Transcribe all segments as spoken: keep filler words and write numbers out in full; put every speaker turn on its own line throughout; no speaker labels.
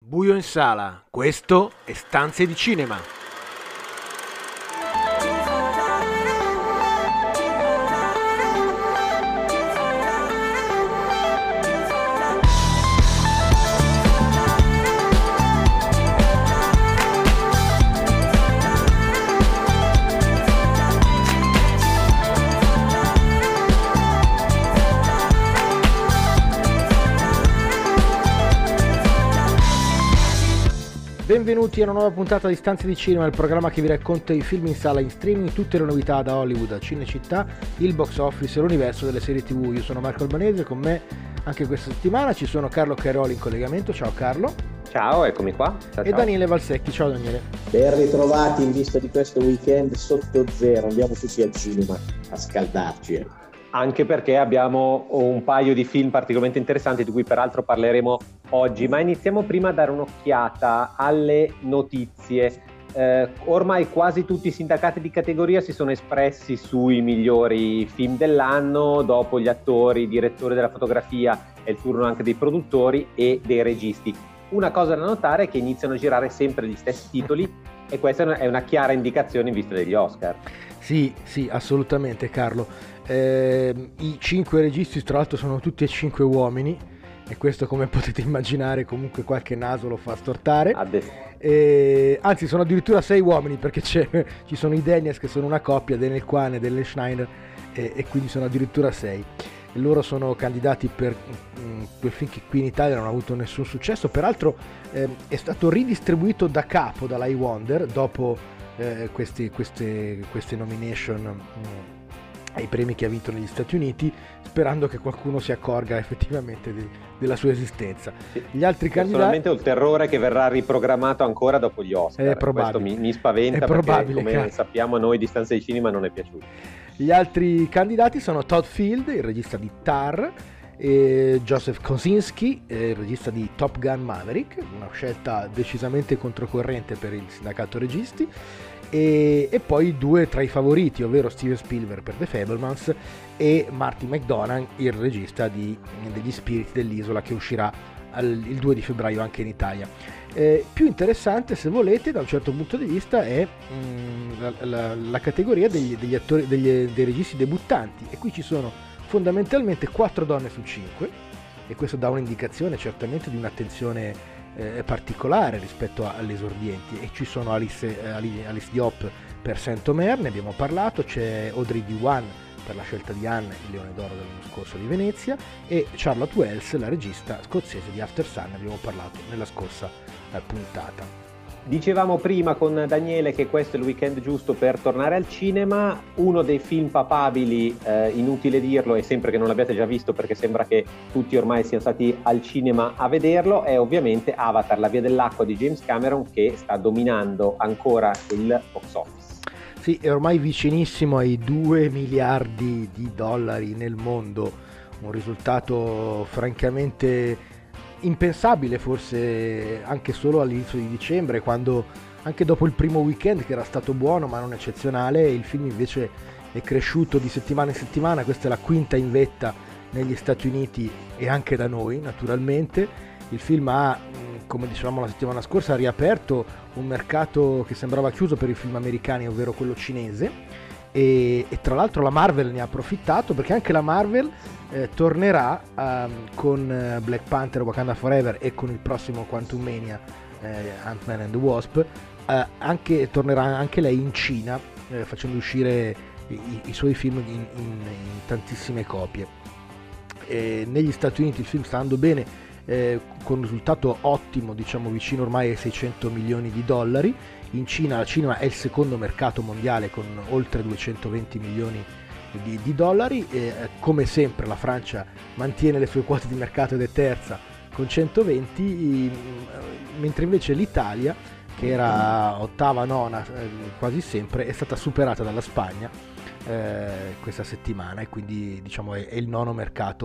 Buio in sala, questo è Stanze di Cinema. Benvenuti a una nuova puntata di Stanze di Cinema, il programma che vi racconta i film in sala, in streaming, tutte le novità da Hollywood a Cinecittà, il box office e l'universo delle serie tivù. Io sono Marco Albanese, con me anche questa settimana ci sono Carlo Cairoli in collegamento. Ciao Carlo.
Ciao, eccomi qua. Ciao,
e
ciao.
Daniele Valsecchi. Ciao Daniele.
Ben ritrovati in vista di questo weekend sotto zero, andiamo tutti al cinema a scaldarci. Eh.
Anche perché abbiamo un paio di film particolarmente interessanti di cui peraltro parleremo oggi, ma iniziamo prima a dare un'occhiata alle notizie. Eh, ormai quasi tutti i sindacati di categoria si sono espressi sui migliori film dell'anno. Dopo gli attori, i direttori della fotografia, è il turno anche dei produttori e dei registi. Una cosa da notare è che iniziano a girare sempre gli stessi titoli e questa è una chiara indicazione in vista degli Oscar.
Sì, sì, assolutamente Carlo. Eh, I cinque registi tra l'altro sono tutti e cinque uomini e questo, come potete immaginare, comunque qualche naso lo fa stortare. Eh, anzi, sono addirittura sei uomini, perché c'è, ci sono i Daniels che sono una coppia, Daniel Kwan e Daniel Schneider, eh, e quindi sono addirittura sei. E loro sono candidati per mh, quel film che qui in Italia non ha avuto nessun successo. Peraltro eh, è stato ridistribuito da capo dalla iWonder dopo eh, questi, queste, queste nomination mh, ai premi che ha vinto negli Stati Uniti, sperando che qualcuno si accorga effettivamente di, della sua esistenza.
Sì.
Gli altri candidati...
Personalmente ho il terrore che verrà riprogrammato ancora dopo gli Oscar.
È probabile.
Questo mi, mi spaventa,
è
perché come
che...
sappiamo a noi di Stanze di Cinema non è piaciuto.
Gli altri candidati sono Todd Field, il regista di Tar, e Joseph Kosinski, il regista di Top Gun Maverick, una scelta decisamente controcorrente per il sindacato registi, e, e poi due tra i favoriti, ovvero Steven Spielberg per The Fabelmans e Marty McDonagh, il regista di, degli Spiriti dell'Isola, che uscirà al, il due di febbraio anche in Italia. Eh, più interessante, se volete, da un certo punto di vista è mh, la, la, la categoria degli, degli attori, degli, dei registi debuttanti, e qui ci sono fondamentalmente quattro donne su cinque, e questo dà un'indicazione certamente di un'attenzione eh, particolare rispetto a, alle esordienti. E ci sono Alice, eh, Alice Diop per Saint-Omer, ne abbiamo parlato, c'è Audrey Diwan per La scelta di Anne, il Leone d'Oro dell'anno scorso di Venezia, e Charlotte Wells, la regista scozzese di After Sun, ne abbiamo parlato nella scorsa eh, puntata.
Dicevamo prima con Daniele che questo è il weekend giusto per tornare al cinema. Uno dei film papabili, eh, inutile dirlo, e sempre che non l'abbiate già visto perché sembra che tutti ormai siano stati al cinema a vederlo, è ovviamente Avatar, la via dell'acqua di James Cameron, che sta dominando ancora il box office.
Sì, è ormai vicinissimo ai due miliardi di dollari nel mondo, un risultato francamente impensabile forse anche solo all'inizio di dicembre, quando anche dopo il primo weekend, che era stato buono ma non eccezionale, il film invece è cresciuto di settimana in settimana. Questa è la quinta in vetta negli Stati Uniti e anche da noi naturalmente. Il film ha, come dicevamo la settimana scorsa, riaperto un mercato che sembrava chiuso per i film americani, ovvero quello cinese, e, e tra l'altro la Marvel ne ha approfittato, perché anche la Marvel eh, tornerà um, con uh, Black Panther Wakanda Forever e con il prossimo Quantumania, eh, Ant-Man and the Wasp, eh, anche, tornerà anche lei in Cina, eh, facendo uscire i, i suoi film in, in, in tantissime copie. E negli Stati Uniti il film sta andando bene, eh, con un risultato ottimo, diciamo vicino ormai ai seicento milioni di dollari. In Cina, la Cina è il secondo mercato mondiale con oltre duecentoventi milioni di, di dollari, e come sempre la Francia mantiene le sue quote di mercato ed è terza con centoventi, mentre invece l'Italia, che era ottava, nona eh, quasi sempre, è stata superata dalla Spagna eh, questa settimana, e quindi diciamo è, è il nono mercato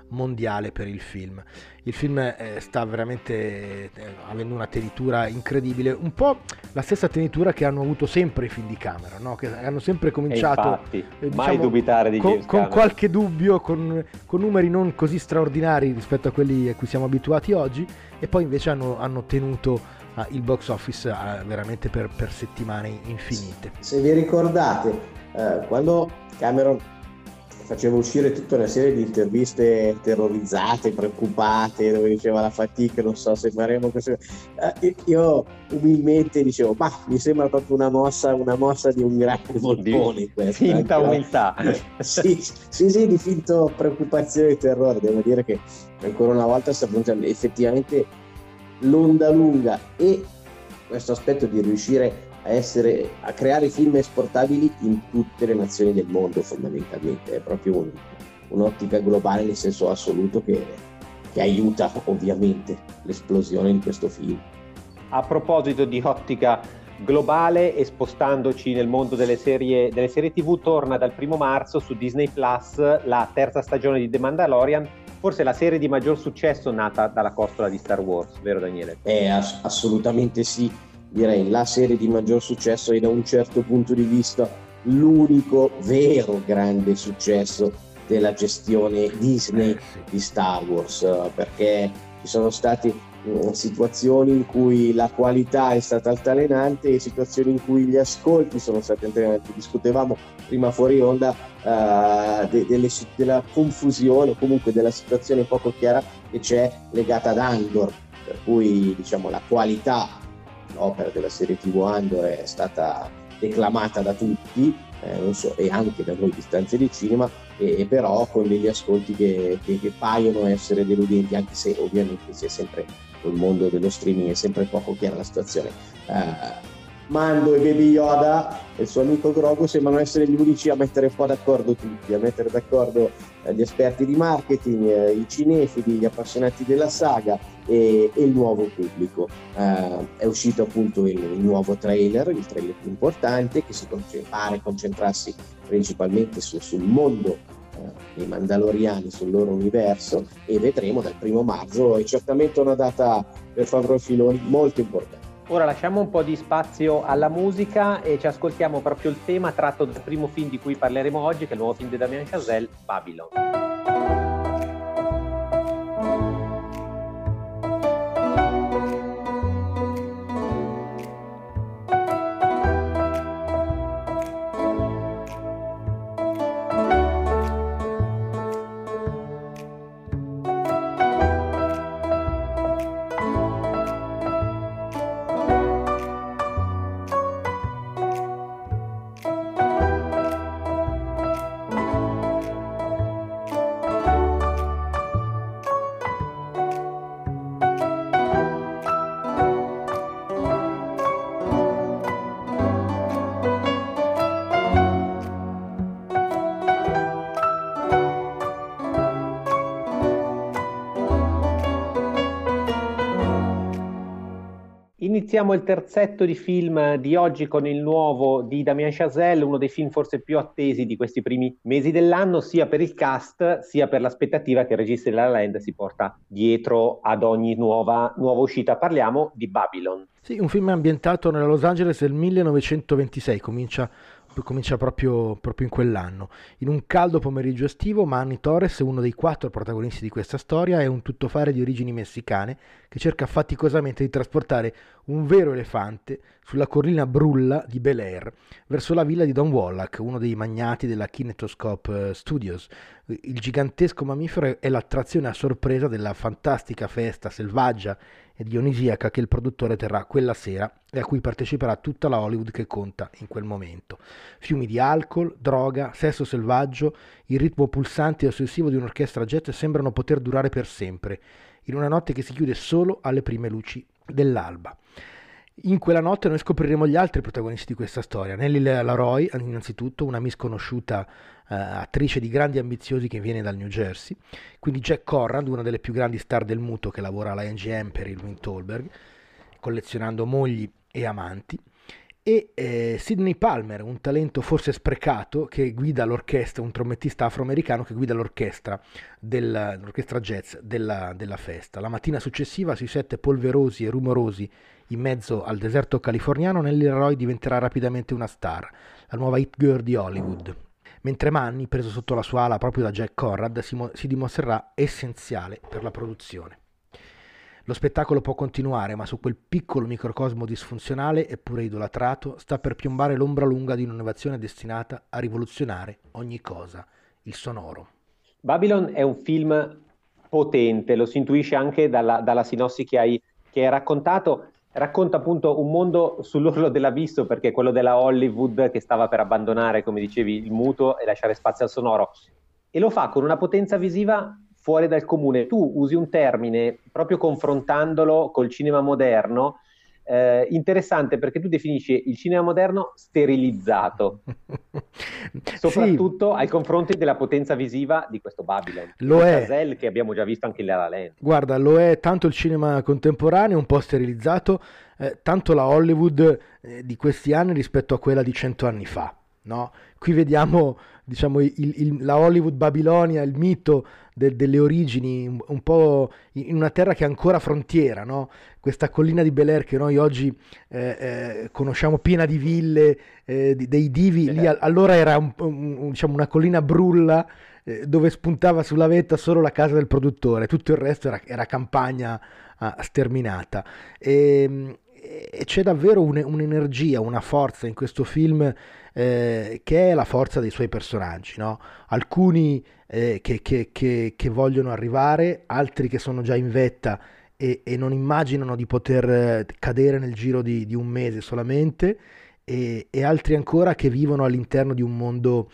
mondiale per il film. Il film eh, sta veramente eh, avendo una tenitura incredibile, un po' la stessa tenitura che hanno avuto sempre i film di Cameron, no? Che hanno sempre cominciato,
e infatti,
eh, diciamo,
mai dubitare di
con,
James
con
Cameron.
qualche dubbio, con, con numeri non così straordinari rispetto a quelli a cui siamo abituati oggi, e poi invece hanno, hanno tenuto uh, il box office uh, veramente per, per settimane infinite.
Se vi ricordate, eh, quando Cameron faceva uscire tutta una serie di interviste terrorizzate, preoccupate, dove diceva la fatica, non so se faremo questo. Eh, io umilmente dicevo, ma mi sembra proprio una mossa, una mossa di un grande volpone.
Di finta
anche,
umiltà.
sì, sì, sì, di finto preoccupazione e terrore. Devo dire che ancora una volta sta puntando effettivamente l'onda lunga, e questo aspetto di riuscire a essere a creare film esportabili in tutte le nazioni del mondo, fondamentalmente è proprio un, un'ottica globale nel senso assoluto che, che aiuta ovviamente l'esplosione di questo film.
A proposito di ottica globale, e spostandoci nel mondo delle serie, delle serie tivù, torna dal primo marzo su Disney Plus la terza stagione di The Mandalorian, forse la serie di maggior successo nata dalla costola di Star Wars, vero Daniele?
Eh, ass- assolutamente sì, direi la serie di maggior successo, e da un certo punto di vista l'unico vero grande successo della gestione Disney di Star Wars, perché ci sono state uh, situazioni in cui la qualità è stata altalenante e situazioni in cui gli ascolti sono stati altalenanti. Discutevamo prima fuori onda uh, de- delle, della confusione o comunque della situazione poco chiara che c'è legata ad Andor, per cui diciamo la qualità, l'opera della serie tivù Andor è stata declamata da tutti, eh, non so, e anche da noi di stanze di cinema, e, e però con degli ascolti che, che, che paiono essere deludenti, anche se ovviamente c'è sempre col mondo dello streaming, è sempre poco chiara la situazione. Uh, Mando e Baby Yoda e il suo amico Grogu sembrano essere gli unici a mettere un po' d'accordo tutti, a mettere d'accordo eh, gli esperti di marketing, eh, i cinefili, gli appassionati della saga e, e il nuovo pubblico. Uh, è uscito appunto il, il nuovo trailer, il trailer più importante, che si pare concentrarsi principalmente su, sul mondo uh, dei Mandaloriani, sul loro universo, e vedremo dal primo marzo. È certamente una data per Favreau Filoni molto importante.
Ora lasciamo un po' di spazio alla musica e ci ascoltiamo proprio il tema tratto dal primo film di cui parleremo oggi, che è il nuovo film di Damien Chazelle, Babylon. Iniziamo il terzetto di film di oggi con il nuovo di Damien Chazelle, uno dei film forse più attesi di questi primi mesi dell'anno, sia per il cast sia per l'aspettativa che il regista di La La Land si porta dietro ad ogni nuova, nuova uscita. Parliamo di Babylon.
Sì, un film ambientato nella Los Angeles del millenovecentoventisei, comincia, comincia proprio, proprio in quell'anno. In un caldo pomeriggio estivo, Manny Torres, uno dei quattro protagonisti di questa storia, è un tuttofare di origini messicane che cerca faticosamente di trasportare un vero elefante sulla collina brulla di Bel Air verso la villa di Don Wallach, uno dei magnati della Kinetoscope Studios. Il gigantesco mammifero è l'attrazione a sorpresa della fantastica festa selvaggia e dionisiaca che il produttore terrà quella sera e a cui parteciperà tutta la Hollywood che conta in quel momento. Fiumi di alcol, droga, sesso selvaggio, il ritmo pulsante e ossessivo di un'orchestra jazz sembrano poter durare per sempre, in una notte che si chiude solo alle prime luci dell'alba. In quella notte noi scopriremo gli altri protagonisti di questa storia. Nellie Laroy, innanzitutto, una misconosciuta uh, attrice di grandi ambiziosi che viene dal New Jersey, quindi Jack Conrad, una delle più grandi star del muto che lavora alla M G M per il Wintolberg, collezionando mogli e amanti, e eh, Sidney Palmer, un talento forse sprecato, che guida l'orchestra, un trombettista afroamericano che guida l'orchestra, del, l'orchestra jazz della, della festa. La mattina successiva, sui set polverosi e rumorosi in mezzo al deserto californiano, Nellie Leroy diventerà rapidamente una star, la nuova hit girl di Hollywood. Mentre Manny, preso sotto la sua ala proprio da Jack Conrad, si, mo- si dimostrerà essenziale per la produzione. Lo spettacolo può continuare, ma su quel piccolo microcosmo disfunzionale, eppure idolatrato, sta per piombare l'ombra lunga di un'innovazione destinata a rivoluzionare ogni cosa, il sonoro.
Babylon è un film potente, lo si intuisce anche dalla, dalla sinossi che hai, che hai raccontato. Racconta appunto un mondo sull'orlo dell'abisso, perché è quello della Hollywood che stava per abbandonare, come dicevi, il muto e lasciare spazio al sonoro. E lo fa con una potenza visiva fuori dal comune. Tu usi un termine proprio confrontandolo col cinema moderno, eh, interessante, perché tu definisci il cinema moderno sterilizzato, soprattutto sì, ai confronti della potenza visiva di questo Babylon,
lo
di
è.
Chazelle, che abbiamo già visto anche in La La Land.
Guarda, lo è tanto il cinema contemporaneo, un po' sterilizzato, eh, tanto la Hollywood eh, di questi anni rispetto a quella di cento anni fa. No? Qui vediamo, diciamo, il, il, la Hollywood Babilonia, il mito de, delle origini, un, un po' in una terra che è ancora frontiera, no? Questa collina di Bel Air che noi oggi eh, eh, conosciamo piena di ville, eh, di, dei divi, lì a, allora era un, un, diciamo, una collina brulla eh, dove spuntava sulla vetta solo la casa del produttore, tutto il resto era, era campagna ah, sterminata. E, e c'è davvero un, un'energia, una forza in questo film eh, che è la forza dei suoi personaggi, no? Alcuni eh, che, che, che, che vogliono arrivare, altri che sono già in vetta e, e non immaginano di poter cadere nel giro di, di un mese solamente, e, e altri ancora che vivono all'interno di un mondo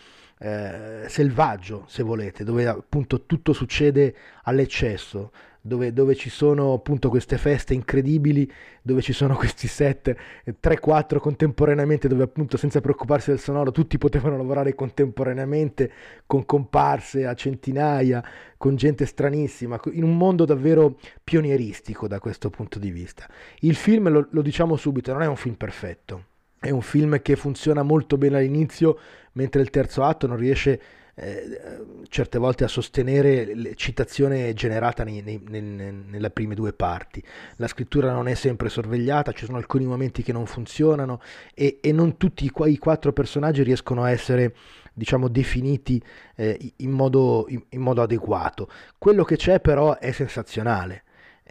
eh, selvaggio, se volete, dove appunto tutto succede all'eccesso. Dove, dove ci sono appunto queste feste incredibili, dove ci sono questi set tre quattro contemporaneamente, dove appunto senza preoccuparsi del sonoro tutti potevano lavorare contemporaneamente, con comparse a centinaia, con gente stranissima, in un mondo davvero pionieristico da questo punto di vista. Il film, lo, lo diciamo subito, non è un film perfetto, è un film che funziona molto bene all'inizio, mentre il terzo atto non riesce Eh, certe volte a sostenere la citazione generata nei, nei, nei, nelle prime due parti. La scrittura non è sempre sorvegliata, ci sono alcuni momenti che non funzionano e, e non tutti i, i quattro personaggi riescono a essere, diciamo, definiti eh, in, modo, in, in modo adeguato. Quello che c'è però è sensazionale.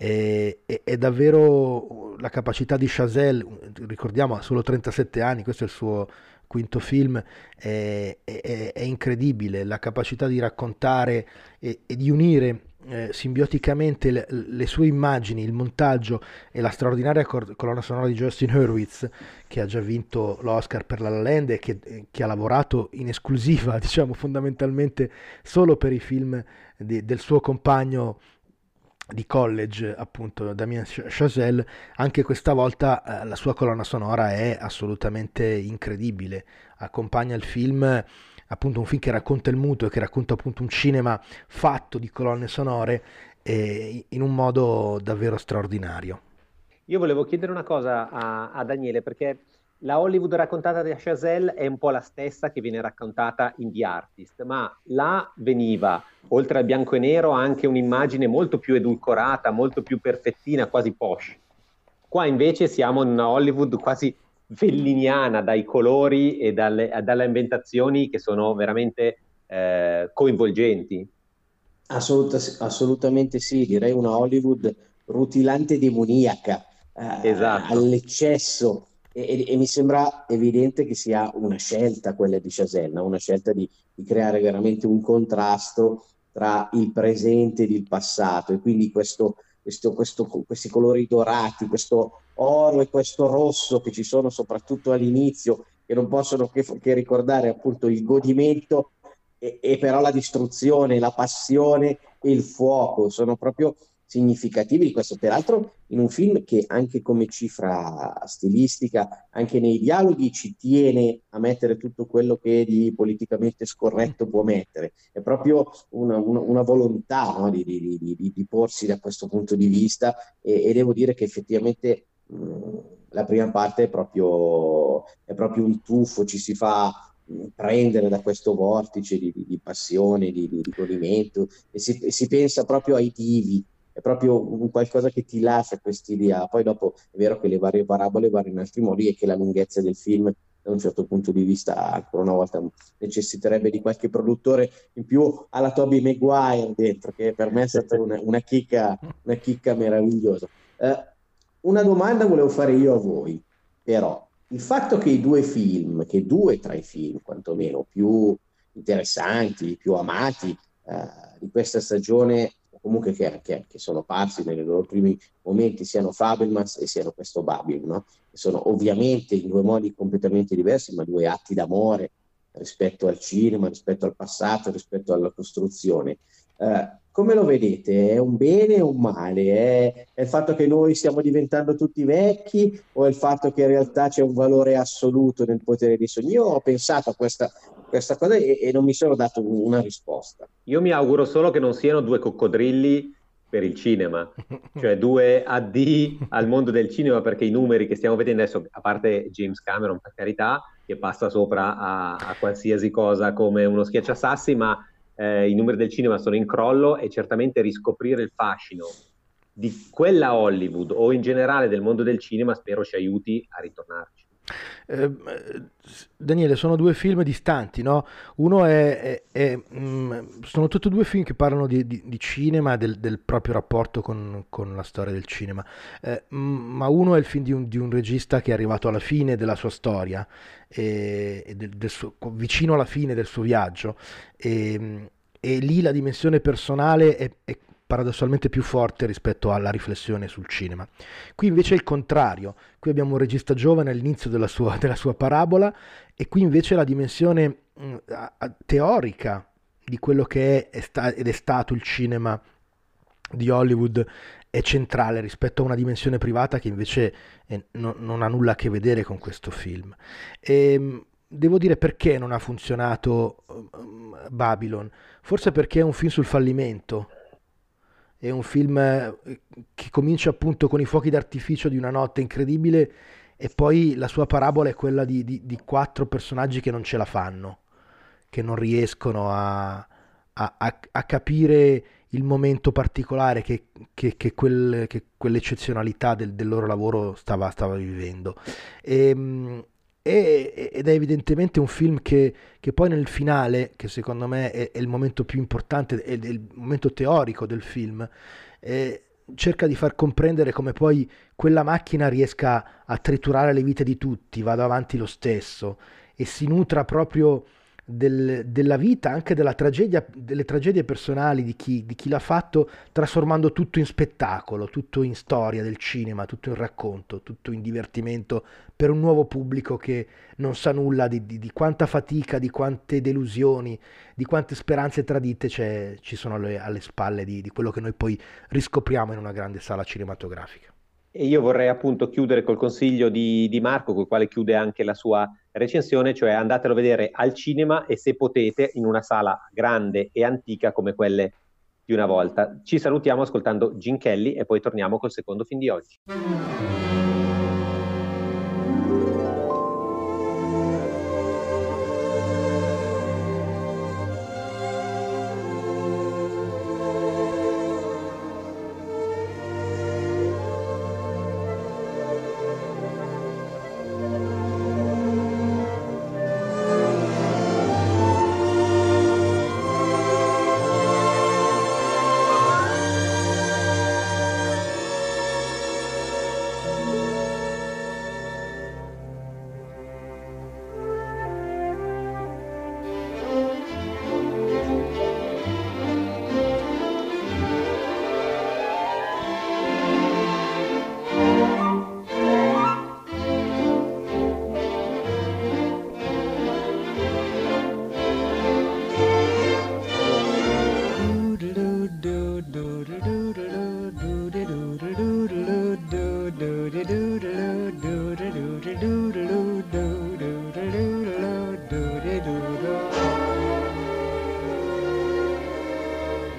È, è, è davvero la capacità di Chazelle, ricordiamo ha solo trentasette anni, questo è il suo quinto film, è, è, è incredibile, la capacità di raccontare e, e di unire eh, simbioticamente le, le sue immagini, il montaggio e la straordinaria cor- colonna sonora di Justin Hurwitz, che ha già vinto l'Oscar per La La Land e che, che ha lavorato in esclusiva, diciamo fondamentalmente solo per i film di, del suo compagno di college, appunto Damien Chazelle. Anche questa volta eh, la sua colonna sonora è assolutamente incredibile, accompagna il film, appunto un film che racconta il muto e che racconta appunto un cinema fatto di colonne sonore eh, in un modo davvero straordinario.
Io volevo chiedere una cosa a, a Daniele, perché la Hollywood raccontata da Chazelle è un po' la stessa che viene raccontata in The Artist, ma là veniva, oltre al bianco e nero, anche un'immagine molto più edulcorata, molto più perfettina, quasi posh. Qua invece siamo in una Hollywood quasi felliniana, dai colori e dalle, dalle ambientazioni che sono veramente eh, coinvolgenti.
Assoluta, assolutamente sì, direi una Hollywood rutilante e demoniaca, eh,
Esatto.
all'eccesso. E, e, e mi sembra evidente che sia una scelta quella di Chazelle, una scelta di, di creare veramente un contrasto tra il presente ed il passato, e quindi questo, questo, questo, questi colori dorati, questo oro e questo rosso che ci sono soprattutto all'inizio, che non possono che, che ricordare appunto il godimento e, e però la distruzione, la passione e il fuoco sono proprio significativi di questo, peraltro in un film che anche come cifra stilistica, anche nei dialoghi ci tiene a mettere tutto quello che di politicamente scorretto può mettere, è proprio una, una, una volontà, no? di, di, di, di porsi da questo punto di vista, e, e devo dire che effettivamente mh, la prima parte è proprio, è proprio un tuffo, ci si fa prendere da questo vortice di, di- di passione, di, di, di godimento, e si, e si pensa proprio ai divi, è proprio un qualcosa che ti lascia quest'idea. Poi dopo è vero che le varie parabole vanno in altri modi e che la lunghezza del film da un certo punto di vista ancora una volta necessiterebbe di qualche produttore in più alla Tobey Maguire dentro, che per me è stata una, una chicca, una chicca meravigliosa. Eh, una domanda volevo fare io a voi, però il fatto che i due film, che due tra i film quantomeno più interessanti, più amati eh, di questa stagione, o comunque che, che- che sono parsi nei loro primi momenti, siano Fabelmans e siano questo Babylon, no? Che sono ovviamente in due modi completamente diversi, ma due atti d'amore rispetto al cinema, rispetto al passato, rispetto alla costruzione. Eh, come lo vedete? È un bene o un male? È, è il fatto che noi stiamo diventando tutti vecchi o è il fatto che in realtà c'è un valore assoluto nel potere dei sogni? Io ho pensato a questa, questa cosa e, e non mi sono dato una risposta.
Io mi auguro solo che non siano due coccodrilli per il cinema, cioè due addii al mondo del cinema, perché i numeri che stiamo vedendo adesso, a parte James Cameron, per carità, che passa sopra a, a qualsiasi cosa come uno schiacciasassi, ma eh, i numeri del cinema sono in crollo e certamente riscoprire il fascino di quella Hollywood o in generale del mondo del cinema spero ci aiuti a ritornarci.
Eh, Daniele, sono due film distanti, no? Uno è, è- è, mm, sono tutti e due film che parlano di, di- di cinema, del, del proprio rapporto con, con la storia del cinema. Eh, mm, ma uno è il film di un, di un regista che è arrivato alla fine della sua storia, e, e del- del suo- vicino alla fine del suo viaggio, e, mm, e lì la dimensione personale è, è paradossalmente più forte rispetto alla riflessione sul cinema. Qui invece è il contrario. Qui abbiamo un regista giovane all'inizio della sua, della sua parabola, e qui invece la dimensione mh, a- a- teorica di quello che è, è sta- ed è stato il cinema di Hollywood è centrale rispetto a una dimensione privata che invece eh, no- non ha nulla a che vedere con questo film. E, mh, devo dire perché non ha funzionato um, Babylon. Forse perché è un film sul fallimento, è un film eh, che comincia appunto con i fuochi d'artificio di una notte incredibile, e poi la sua parabola è quella di, di- di quattro personaggi che non ce la fanno, che non riescono a, a- a- a capire il momento particolare che, che- che quel- che quell'eccezionalità del, del loro lavoro stava, stava vivendo. E, e- ed è evidentemente un film che, che poi nel finale, che secondo me è, è il momento più importante, è il momento teorico del film, eh, cerca di far comprendere come poi quella macchina riesca a triturare le vite di tutti, vada avanti lo stesso e si nutra proprio del- della vita, anche della tragedia, delle tragedie personali di chi, di chi l'ha fatto, trasformando tutto in spettacolo, tutto in storia del cinema, tutto in racconto, tutto in divertimento per un nuovo pubblico che non sa nulla di, di- di quanta fatica, di quante delusioni, di quante speranze tradite c'è- ci sono alle, alle spalle di, di quello che noi poi riscopriamo in una grande sala cinematografica.
E io vorrei appunto chiudere col consiglio di, di Marco, col quale chiude anche la sua recensione, cioè andatelo a vedere al cinema e se potete in una sala grande e antica come quelle di una volta. Ci salutiamo ascoltando Gene Kelly e poi torniamo col secondo film di oggi.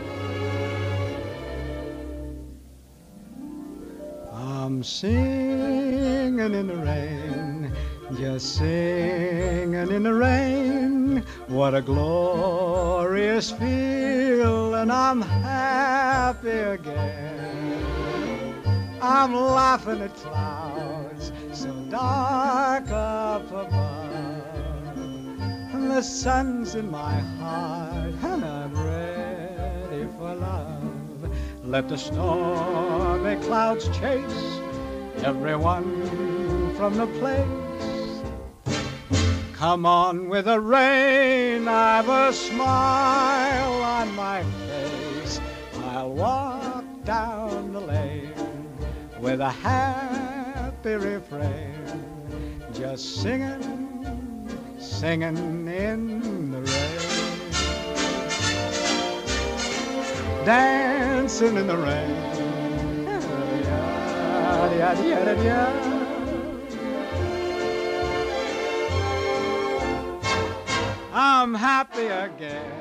I'm singing singing in the rain, just singing in the rain. What a glorious feel, and I'm happy again. I'm laughing at clouds so dark up above, and the sun's in my heart, and I'm ready for love. Let the stormy clouds chase everyone from the place. Come on with the rain, I've a smile on my face. I'll walk down the lane with a happy refrain, just singing, singing in the rain, dancing in the rain. I'm happy again.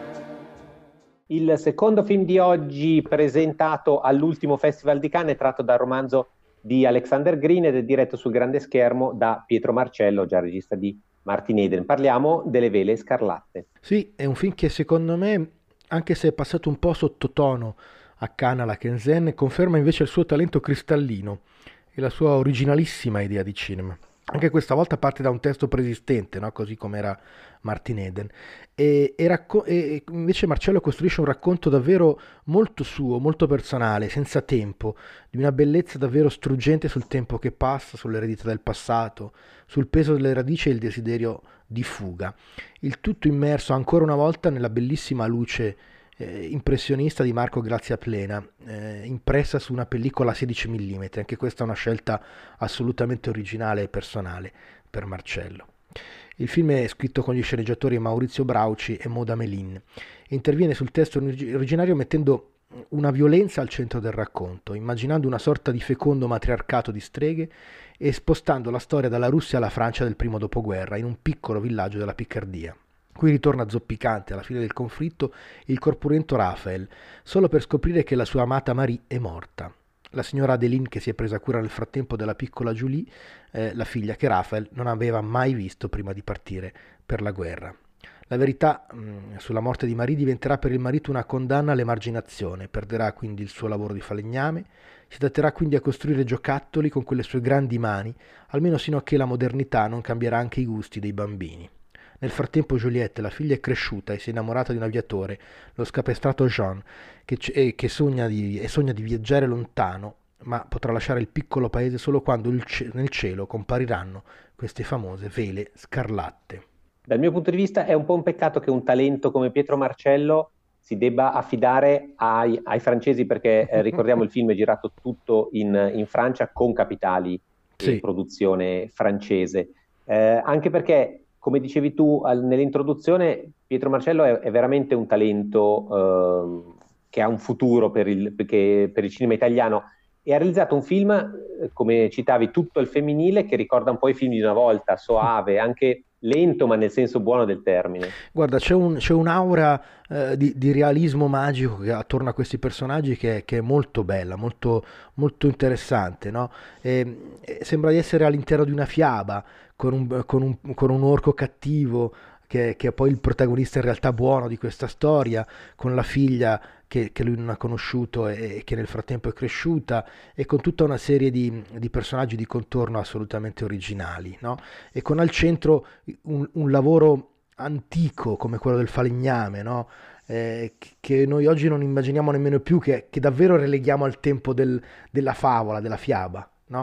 Il secondo film di oggi presentato all'ultimo Festival di Cannes è tratto dal romanzo di Alexander Green ed è diretto sul grande schermo da Pietro Marcello, già regista di Martin Eden. Parliamo delle Vele Scarlatte.
Sì, è un film che secondo me, anche se è passato un po' sottotono a Cannes alla Kensen, conferma invece il suo talento cristallino e la sua originalissima idea di cinema. Anche questa volta parte da un testo preesistente, no? Così come era Martin Eden. E, e, racco- e invece Marcello costruisce un racconto davvero molto suo, molto personale, senza tempo, di una bellezza davvero struggente sul tempo che passa, sull'eredità del passato, sul peso delle radici e il desiderio di fuga. Il tutto immerso ancora una volta nella bellissima luce eh, impressionista di Marco Graziaplena, eh, impressa su una pellicola sedici millimetri. Anche questa è una scelta assolutamente originale e personale per Marcello. Il film è scritto con gli sceneggiatori Maurizio Brauci e Moda Melin. Interviene sul testo originario mettendo una violenza al centro del racconto, immaginando una sorta di fecondo matriarcato di streghe e spostando la storia dalla Russia alla Francia del primo dopoguerra, in un piccolo villaggio della Piccardia. Qui ritorna zoppicante alla fine del conflitto il corpulento Raphael, solo per scoprire che la sua amata Marie è morta. La signora Adeline, che si è presa cura nel frattempo della piccola Julie, eh, la figlia che Raphael non aveva mai visto prima di partire per la guerra. La verità mh, sulla morte di Marie diventerà per il marito una condanna all'emarginazione, perderà quindi il suo lavoro di falegname, si adatterà quindi a costruire giocattoli con quelle sue grandi mani, almeno sino a che la modernità non cambierà anche i gusti dei bambini. Nel frattempo Juliette, la figlia, è cresciuta e si è innamorata di un aviatore, lo scapestrato Jean, che, c- che sogna, di, e sogna di viaggiare lontano, ma potrà lasciare il piccolo paese solo quando il c- nel cielo compariranno queste famose vele scarlatte.
Dal mio punto di vista è un po' un peccato che un talento come Pietro Marcello si debba affidare ai, ai francesi, perché eh, ricordiamo il film è girato tutto in, in Francia con capitali
Sì.
e produzione francese, eh, anche perché, come dicevi tu al, nell'introduzione, Pietro Marcello è, è veramente un talento eh, che ha un futuro per il, perché, per il cinema italiano, e ha realizzato un film, eh, come citavi, tutto il femminile, che ricorda un po' i film di una volta, soave, anche lento, ma nel senso buono del termine.
Guarda, c'è, un, c'è un'aura eh, di, di realismo magico che attorno a questi personaggi che, che è molto bella, molto, molto interessante, no? E, e sembra di essere all'interno di una fiaba, con un, con un, con un orco cattivo che, che è poi il protagonista in realtà buono di questa storia, con la figlia che, che lui non ha conosciuto e, e che nel frattempo è cresciuta, e con tutta una serie di, di personaggi di contorno assolutamente originali, no? E con al centro un, un lavoro antico come quello del falegname, no? Eh, che noi oggi non immaginiamo nemmeno più, che, che davvero releghiamo al tempo del, della favola, della fiaba. No?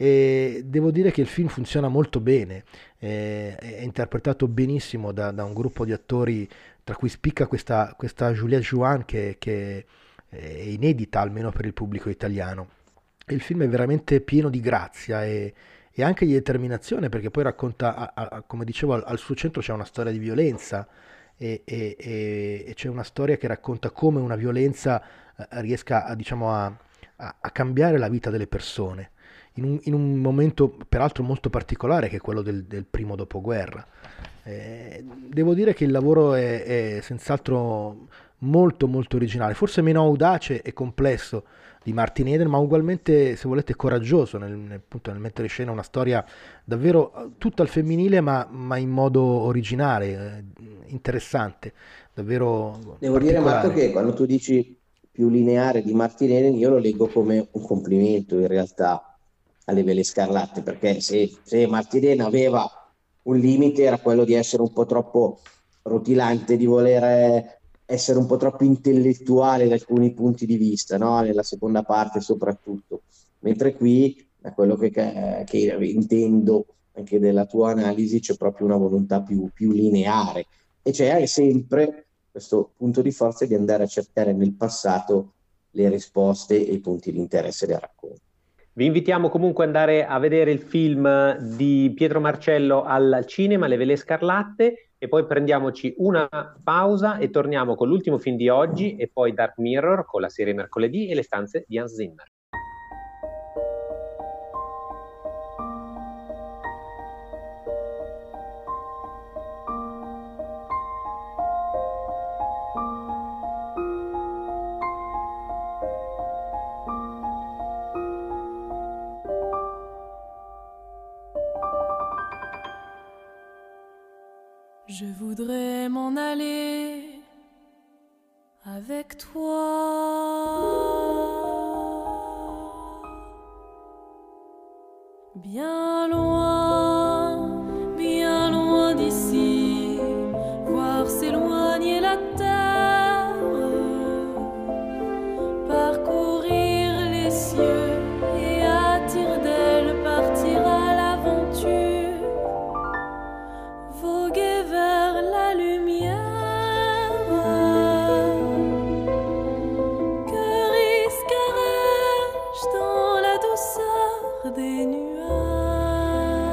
E devo dire che il film funziona molto bene, eh, è interpretato benissimo da, da un gruppo di attori, tra cui spicca questa, questa Juliette Jouin che, che è inedita almeno per il pubblico italiano. Il film è veramente pieno di grazia e, e anche di determinazione, perché poi racconta, a, a, come dicevo, al, al suo centro c'è una storia di violenza e, e, e, e c'è una storia che racconta come una violenza eh, riesca a, diciamo, a, a, a cambiare la vita delle persone. In un, in un momento peraltro molto particolare, che è quello del, del primo dopoguerra. Eh, devo dire che il lavoro è, è senz'altro molto molto originale, forse meno audace e complesso di Martin Eden, ma ugualmente, se volete, coraggioso nel, nel, appunto, nel mettere in scena una storia davvero tutta al femminile, ma, ma in modo originale, eh, interessante, davvero
Devo dire, Marco,
particolare.
che quando tu dici più lineare di Martin Eden, io lo leggo come un complimento in realtà alle Vele Scarlatte, perché se, se Martin Eden aveva un limite era quello di essere un po' troppo rotilante, di voler essere un po' troppo intellettuale da alcuni punti di vista, no? Nella seconda parte soprattutto. Mentre qui, da quello che, che intendo anche della tua analisi, c'è proprio una volontà più, più lineare e c'è sempre questo punto di forza di andare a cercare nel passato le risposte e i punti di interesse del racconto.
Vi invitiamo comunque ad andare a vedere il film di Pietro Marcello al cinema, Le Vele Scarlatte, e poi prendiamoci una pausa e torniamo con l'ultimo film di oggi e poi Dark Mirror con la serie Mercoledì e Le stanze di Hans Zimmer.
Je voudrais m'en aller avec toi, bien loin, bien loin d'ici, voir s'éloigner la terre, parcourir les cieux et à tire-d'aile partir à l'aventure, voguer vers la lumière. Que risquerais-je dans la douceur des nuages?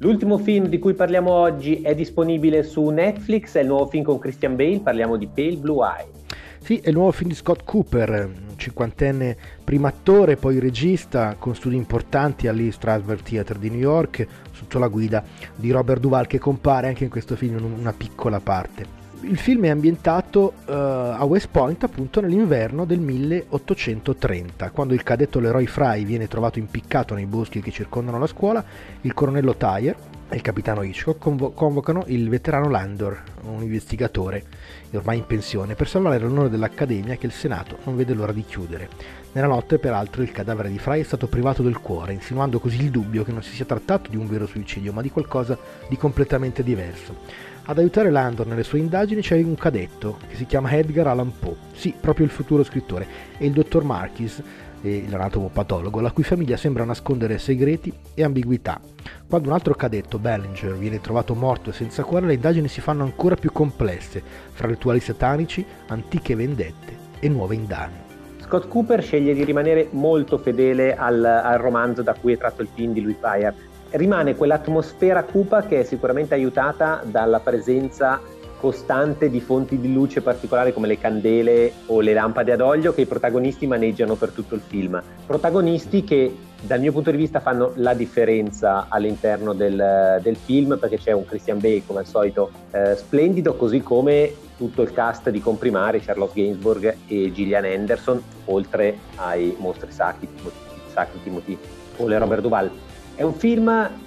L'ultimo film di cui parliamo oggi è disponibile su Netflix, è il nuovo film con Christian Bale, parliamo di Pale Blue Eye.
Sì, è il nuovo film di Scott Cooper, un cinquantenne primo attore, poi regista, con studi importanti all'Lee Strasberg Theatre di New York, sotto la guida di Robert Duvall, che compare anche in questo film in una piccola parte. Il film è ambientato uh, a West Point, appunto nell'inverno del milleottocentotrenta, quando il cadetto Leroy Fry viene trovato impiccato nei boschi che circondano la scuola. Il colonnello Tyer e il capitano Hitchcock convo- convocano il veterano Landor, un investigatore ormai in pensione, per salvare l'onore dell'Accademia che il Senato non vede l'ora di chiudere. Nella notte, peraltro, il cadavere di Fry è stato privato del cuore, insinuando così il dubbio che non si sia trattato di un vero suicidio, ma di qualcosa di completamente diverso. Ad aiutare Landor nelle sue indagini c'è un cadetto che si chiama Edgar Allan Poe, sì, proprio il futuro scrittore, e il dottor Marquis, l'anatomopatologo, la cui famiglia sembra nascondere segreti e ambiguità. Quando un altro cadetto, Ballinger, viene trovato morto e senza cuore, le indagini si fanno ancora più complesse, fra rituali satanici, antiche vendette e nuove indanni.
Scott Cooper sceglie di rimanere molto fedele al, al romanzo da cui è tratto il film di Louis Fire. Rimane quell'atmosfera cupa che è sicuramente aiutata dalla presenza costante di fonti di luce particolari come le candele o le lampade ad olio che i protagonisti maneggiano per tutto il film. Protagonisti che dal mio punto di vista fanno la differenza all'interno del, del film, perché c'è un Christian Bale come al solito eh, splendido, così come tutto il cast di comprimari, Charlotte Gainsbourg e Gillian Anderson, oltre ai mostri sacri, sacri Timothy Hall e Robert Duvall. È un film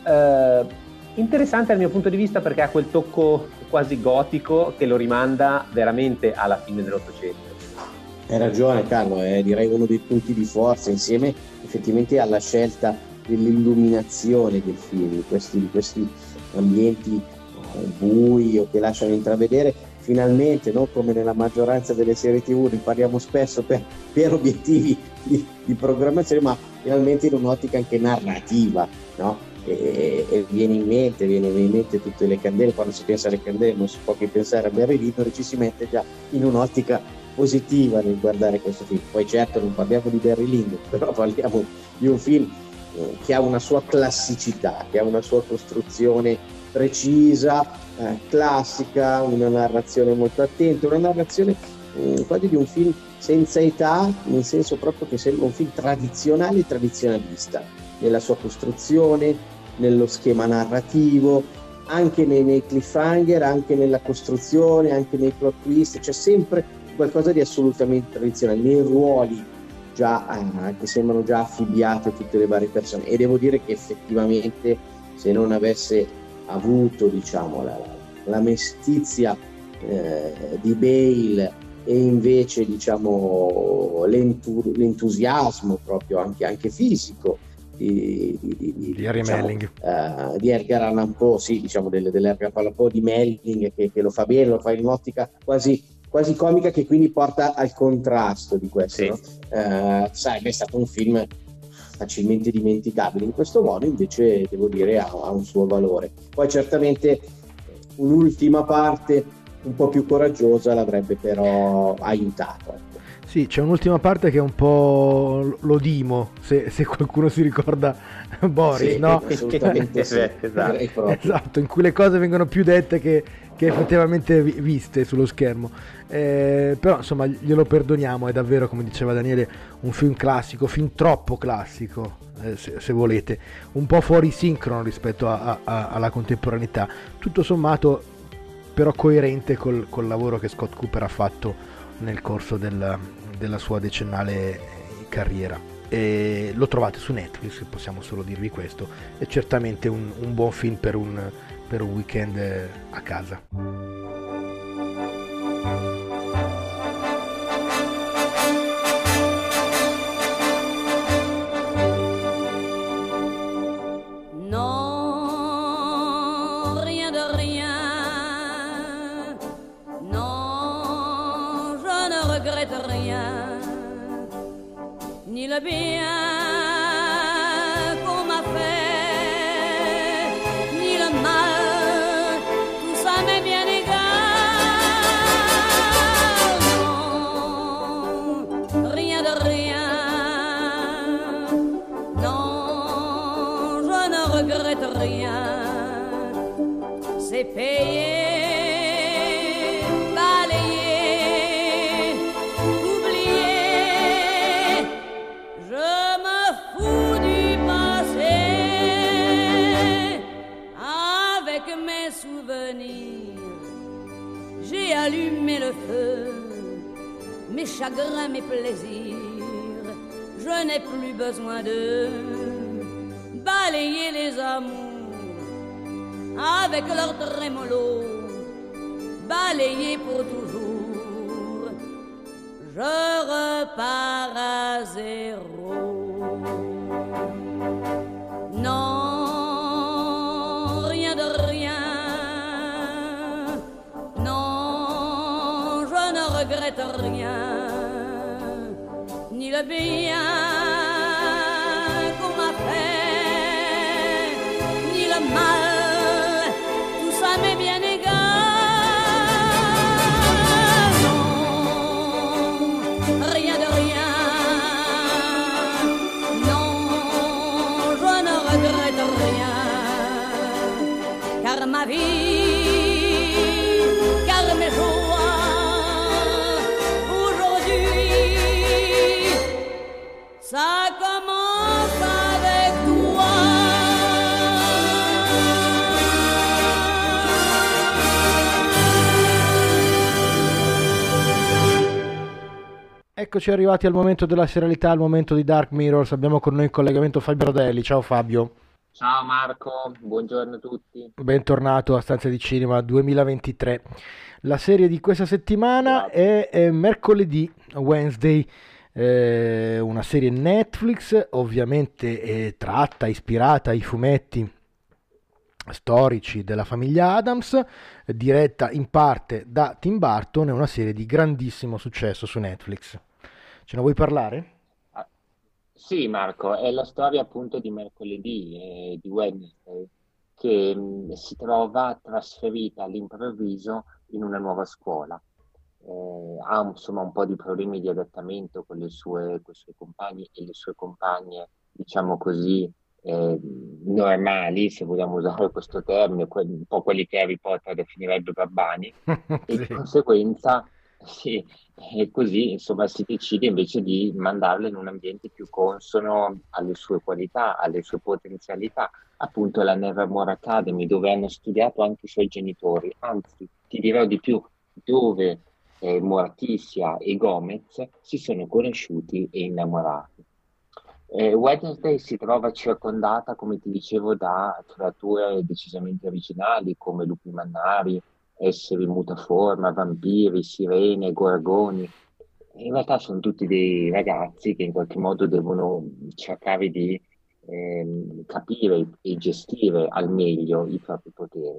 eh, interessante dal mio punto di vista perché ha quel tocco quasi gotico che lo rimanda veramente alla fine dell'Ottocento.
Hai ragione Carlo, è direi uno dei punti di forza, insieme effettivamente alla scelta dell'illuminazione del film, di questi, di questi ambienti eh, bui o che lasciano intravedere finalmente, non come nella maggioranza delle serie tivù, ne parliamo spesso per, per obiettivi di, di programmazione, ma finalmente in un'ottica anche narrativa, no? E, e viene in mente, viene in mente tutte le candele. Quando si pensa alle candele non si può che pensare a Barry Lyndon, e ci si mette già in un'ottica positiva nel guardare questo film. Poi certo non parliamo di Barry Lyndon, però parliamo di un film eh, che ha una sua classicità, che ha una sua costruzione precisa, eh, classica, una narrazione molto attenta, una narrazione eh, quasi di un film senza età, nel senso proprio che sembra un film tradizionale e tradizionalista nella sua costruzione, nello schema narrativo, anche nei, nei cliffhanger, anche nella costruzione, anche nei plot twist. C'è sempre qualcosa di assolutamente tradizionale, nei ruoli già eh, che sembrano già affibbiate a tutte le varie persone. E devo dire che effettivamente, se non avesse avuto, diciamo, la, la mestizia eh, di Bale e invece, diciamo, l'entu- l'entusiasmo proprio anche, anche fisico di, di, di, di,
di Harry
diciamo,
Melling,
uh, di Edgar Allan Poe, sì, diciamo delle, dell'Edgar Allan Poe di Melling, che, che lo fa bene, lo fa in un'ottica quasi, quasi comica, che quindi porta al contrasto di questo.
Sì.
No? Uh, sarebbe stato un film facilmente dimenticabile. In questo modo invece devo dire ha, ha un suo valore. Poi certamente un'ultima parte un po' più coraggiosa l'avrebbe però aiutato.
Sì, c'è un'ultima parte che è un po' l'Odimo, se, se qualcuno si ricorda Boris,
sì,
no?
Assolutamente sì,
esatto.
Esatto, in cui le cose vengono più dette che, che effettivamente viste sullo schermo. Eh, però insomma glielo perdoniamo, è davvero, come diceva Daniele, un film classico, film troppo classico, eh, se, se volete, un po' fuori sincrono rispetto a, a, alla contemporaneità, tutto sommato però coerente col, col lavoro che Scott Cooper ha fatto nel corso del, della sua decennale carriera. E lo trovate su Netflix, possiamo solo dirvi questo. È certamente un, un buon film per un, per un weekend a casa.
Ni le bien qu'on m'a fait, ni le mal, tout ça m'est bien égal. Non, rien de rien. Non, je ne regrette rien. c'est payer, balayer, oublier. Je me fous du passé avec mes souvenirs. J'ai allumé le feu, mes chagrins, mes plaisirs. Je n'ai plus besoin de balayer les amours avec leur trémolo, balayer pour toujours. Je repars à zéro. Non, rien de rien. Non, je ne regrette rien, ni le bien qu'on m'a fait, ni le mal, tout ça m'est bien égal. Non, rien de rien. Non, je ne regrette rien, car ma vie, car mes joies, aujourd'hui, ça commence avec toi.
Eccoci arrivati al momento della serialità, al momento di Dark Mirrors. Abbiamo con noi in collegamento Fabio Rodelli. Ciao Fabio.
Ciao Marco, buongiorno a tutti.
Bentornato a Stanze di Cinema duemilaventitré. La serie di questa settimana è, è mercoledì, Wednesday, eh, una serie Netflix, ovviamente è tratta, ispirata ai fumetti storici della famiglia Addams, diretta in parte da Tim Burton. È una serie di grandissimo successo su Netflix. Ce ne vuoi parlare?
Ah, sì Marco, è la storia appunto di mercoledì, eh, di Wednesday, che mh, si trova trasferita all'improvviso in una nuova scuola. Eh, ha insomma un po' di problemi di adattamento con le sue, con i suoi compagni e le sue compagne, diciamo così, eh, normali, se vogliamo usare questo termine, que- un po' quelli che Harry Potter definirebbe babbani, e di
Sì.
conseguenza sì, e così insomma si decide invece di mandarla in un ambiente più consono alle sue qualità, alle sue potenzialità, appunto la Nevermore Academy, dove hanno studiato anche i suoi genitori, anzi ti dirò di più, dove eh, Morticia e Gomez si sono conosciuti e innamorati. Eh, Wednesday si trova circondata, come ti dicevo, da creature decisamente originali come lupi mannari, esseri mutaforma, vampiri, sirene, gorgoni. In realtà sono tutti dei ragazzi che in qualche modo devono cercare di ehm, capire e gestire al meglio i propri poteri.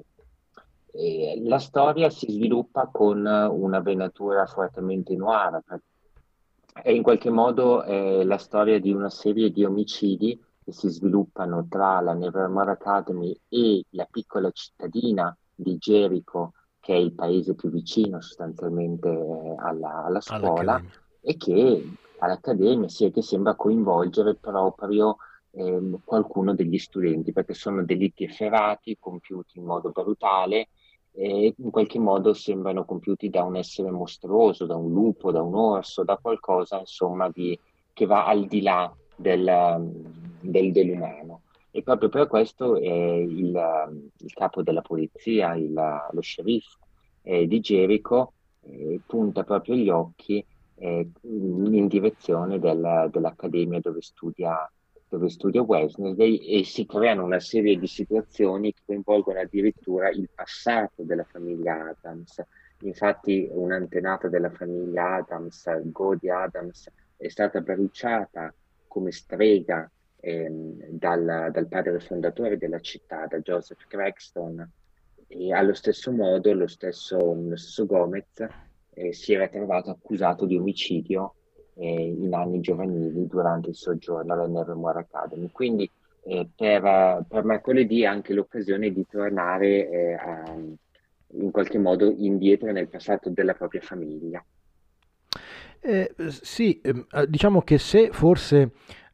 E la storia si sviluppa con una venatura fortemente noir, è in qualche modo eh, la storia di una serie di omicidi che si sviluppano tra la Nevermore Academy e la piccola cittadina di Jericho, che è il paese più vicino sostanzialmente eh, alla, alla scuola,
All'Accademia.
e che all'Accademia sì, che sembra coinvolgere proprio ehm, qualcuno degli studenti, perché sono delitti efferati, compiuti in modo brutale, e in qualche modo sembrano compiuti da un essere mostruoso, da un lupo, da un orso, da qualcosa insomma di, che va al di là del, del- dell'umano. E proprio per questo eh, il, il capo della polizia, il- lo sceriffo eh, di Jericho, eh, punta proprio gli occhi eh, in direzione del- dell'accademia dove studia, dove studia Wednesday, e si creano una serie di situazioni che coinvolgono addirittura il passato della famiglia Adams. Infatti un'antenata della famiglia Adams, Godey Adams, è stata bruciata come strega ehm, dal, dal padre fondatore della città, da Joseph Cragston, e allo stesso modo lo stesso, lo stesso Gomez eh, si era trovato accusato di omicidio eh, in anni giovanili durante il soggiorno alla Nevermore Academy. Quindi eh, per, per mercoledì è anche l'occasione di tornare eh, a- in qualche modo indietro nel passato della propria famiglia.
Eh, sì, ehm, eh, diciamo che se forse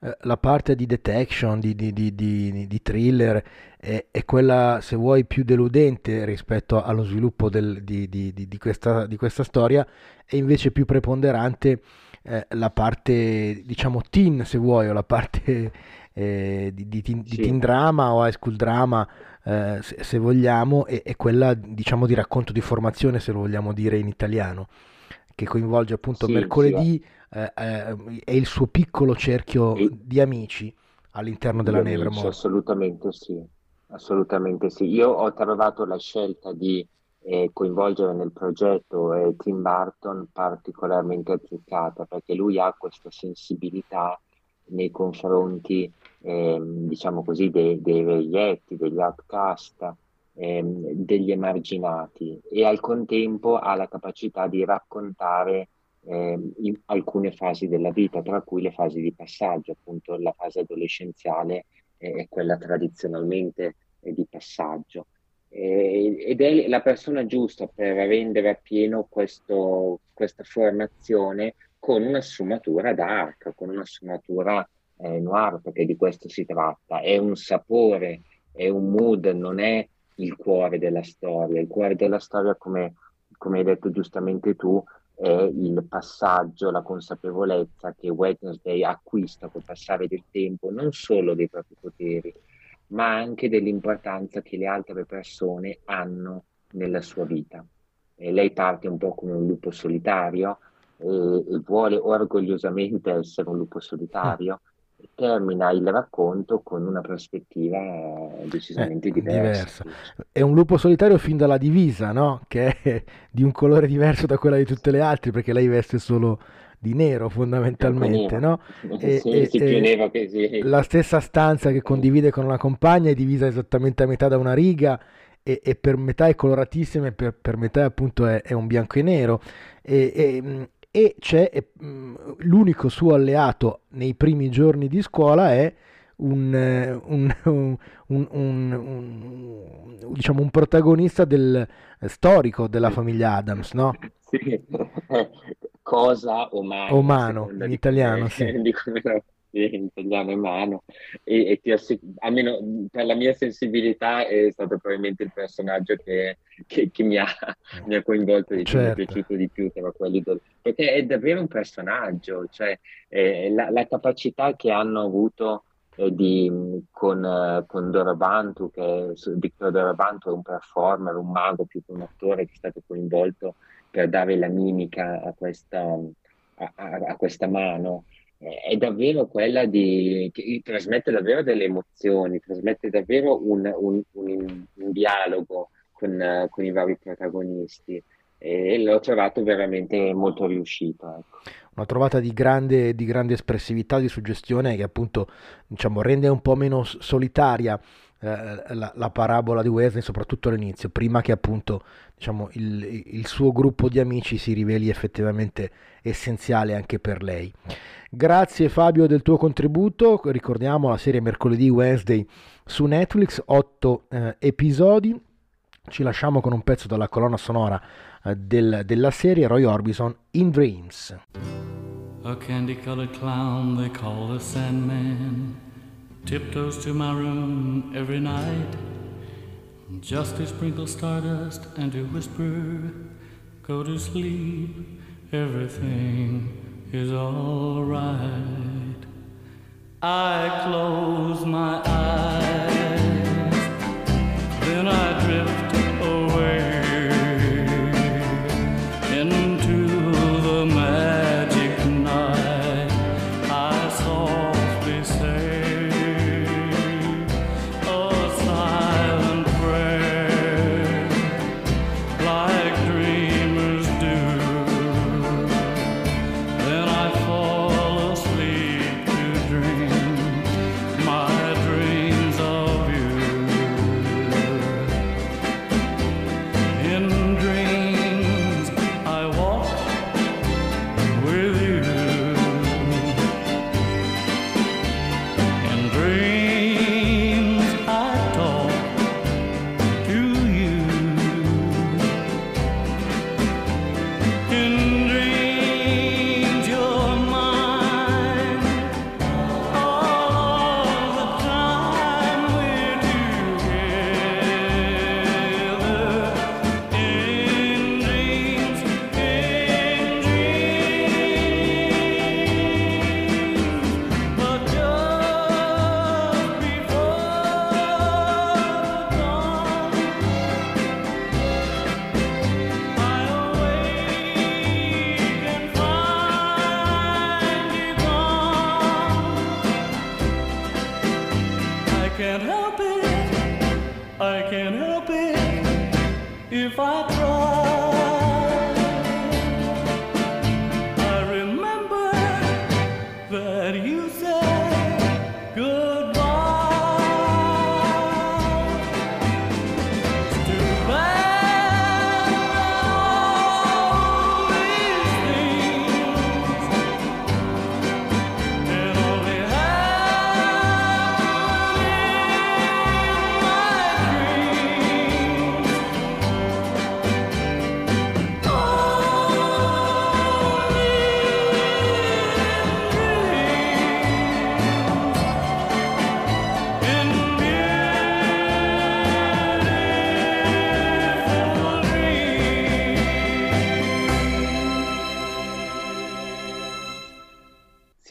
eh, la parte di detection, di, di, di, di, di thriller, è, è quella, se vuoi, più deludente rispetto allo sviluppo del- di, di- di- di questa, di questa storia, e invece più preponderante eh, la parte, diciamo, teen, se vuoi, o la parte eh, di, di teen, di teen
Sì,
drama o high school drama, eh, se, se vogliamo, e, e quella, diciamo, di racconto di formazione, se lo vogliamo dire in italiano, che coinvolge appunto
sì, sì,
mercoledì eh, eh, e il suo piccolo cerchio
e
di amici all'interno
di
della
amici,
Nevermore.
assolutamente sì, assolutamente sì. Io ho trovato la scelta di eh, coinvolgere nel progetto eh, Tim Burton particolarmente azzeccata, perché lui ha questa sensibilità nei confronti, ehm, diciamo così, dei, dei reietti, degli outcast, ehm, degli emarginati, e al contempo ha la capacità di raccontare ehm, in alcune fasi della vita, tra cui le fasi di passaggio, appunto la fase adolescenziale eh, è quella tradizionalmente eh, di passaggio. Eh, ed è la persona giusta per rendere appieno questo- questa formazione con una sfumatura dark, con una sfumatura eh, noir, perché di questo si tratta. È un sapore, è un mood, non è il cuore della storia. Il cuore della storia, come, come hai detto giustamente tu, è il passaggio, la consapevolezza che Wednesday acquista col passare del tempo non solo dei propri poteri, ma anche dell'importanza che le altre persone hanno nella sua vita. E lei parte un po' come un lupo solitario e, e vuole orgogliosamente essere un lupo
Mm.
solitario, e termina il racconto con una prospettiva eh,
Eh,
decisamente diversa,
diversa.
invece.
È un lupo solitario fin dalla divisa, no? Che è di un colore diverso da quella di tutte le altre, perché lei veste solo di nero
Bianco e
fondamentalmente,
nero.
no? E,
Sì,
e-
sì, più
e
nero che sì.
la stessa stanza che
Eh,
condivide con una compagna è divisa esattamente a metà da una riga, e, e per metà è coloratissima e per, per metà appunto è, è un bianco e nero. E, e, mh, e c'è eh, mh, l'unico suo alleato nei primi giorni di scuola è un, eh, un- un- un- un- un- diciamo un protagonista del, eh, storico della
sì.
famiglia Adams, no?
Sì. Cosa o mano, a
Umano,
seconda
in
di come,
italiano, sì.
di come lo sì, in italiano è mano. E, e ti assi- almeno mh, per la mia sensibilità è stato probabilmente il personaggio che, che- che mi ha, mi ha coinvolto di più, mi è
Certo.
piaciuto di più tra quelli del- perché è davvero un personaggio, cioè eh, la, la capacità che hanno avuto eh, di, mh, con, eh, con Dorobantu, che Victor Dorobantu è un performer, un mago più che un attore che è stato coinvolto per dare la mimica a questa, a, a- a questa mano. Eh, È davvero quella di, che trasmette davvero delle emozioni, trasmette davvero un, un- un- un dialogo con, eh, con i vari protagonisti, e l'ho trovato veramente molto riuscito, ecco.
Una trovata di grande, di grande espressività, di suggestione, che appunto, diciamo, rende un po' meno s- solitaria eh, la, la parabola di Wesley, soprattutto all'inizio, prima che appunto, diciamo, il, il suo gruppo di amici si riveli effettivamente essenziale anche per lei. Grazie Fabio del tuo contributo. Ricordiamo la serie Mercoledì Wednesday su Netflix, otto eh, episodi. Ci lasciamo con un pezzo dalla colonna sonora eh, del- della serie, Roy Orbison, In Dreams.
A candy-colored clown they call the Sandman tiptoes to my room every night just to sprinkle stardust and to whisper, go to sleep, everything is all right. I close my eyes, then I drift away into the magic night. I softly say a silent prayer like dreamers do. Then I fall asleep to dream my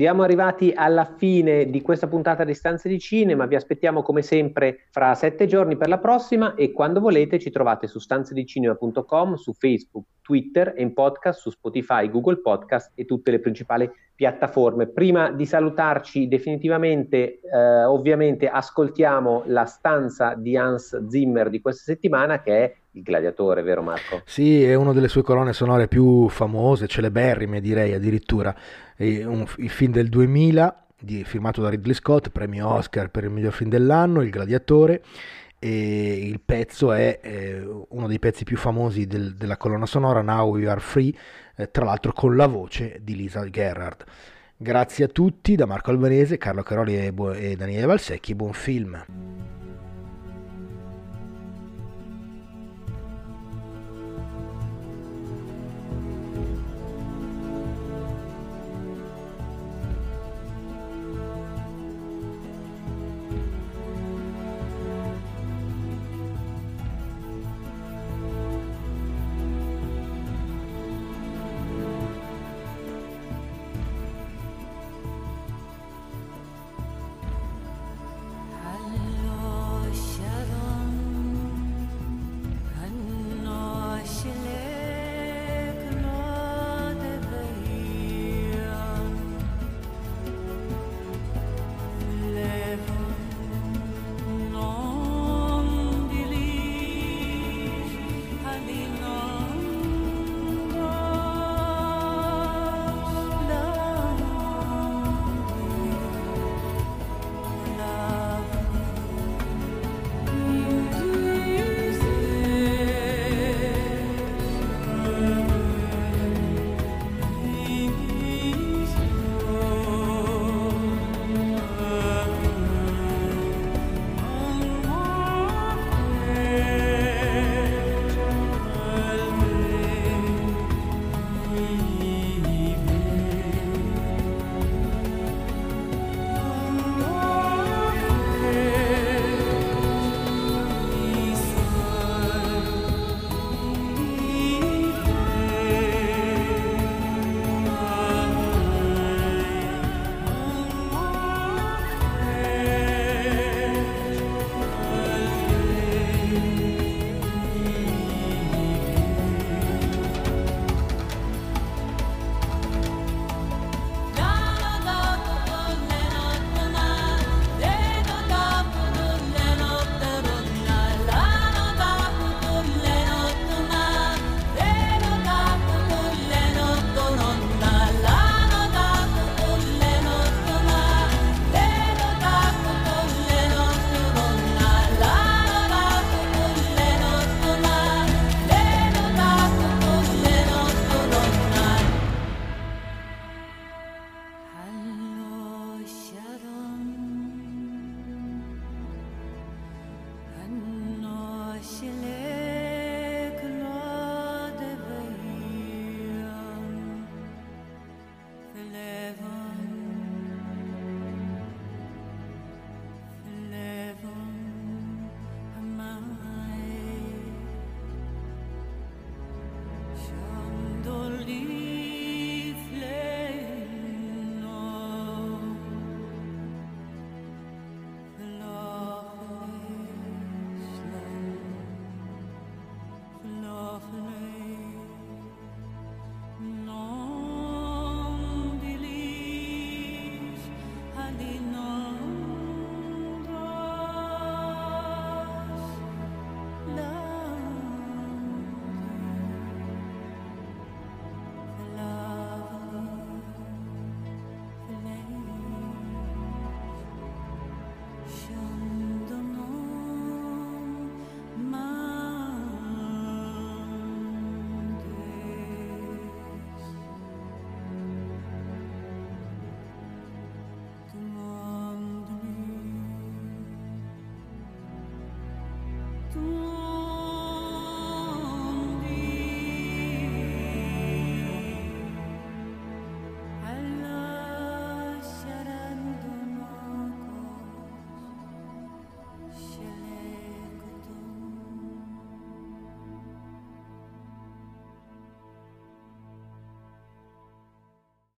Siamo arrivati alla fine di questa puntata di Stanze di Cinema, vi aspettiamo come sempre fra sette giorni per la prossima e quando volete ci trovate su stanzedicinema punto com, su Facebook, Twitter e in podcast su Spotify, Google Podcast e tutte le principali piattaforme. Prima di salutarci definitivamente, eh, ovviamente ascoltiamo la stanza di Hans Zimmer di questa settimana, che è Il Gladiatore, vero Marco?
Sì, è una delle sue colonne sonore più famose, celeberrime direi addirittura. È un, il film del duemila, di, firmato da Ridley Scott, premio Oscar per il miglior film dell'anno, Il Gladiatore, e il pezzo è eh, uno dei pezzi più famosi del, della colonna sonora, Now We Are Free, eh, tra l'altro con la voce di Lisa Gerrard. Grazie a tutti da Marco Albanese, Carlo Caroli e, e Daniele Valsecchi, buon film.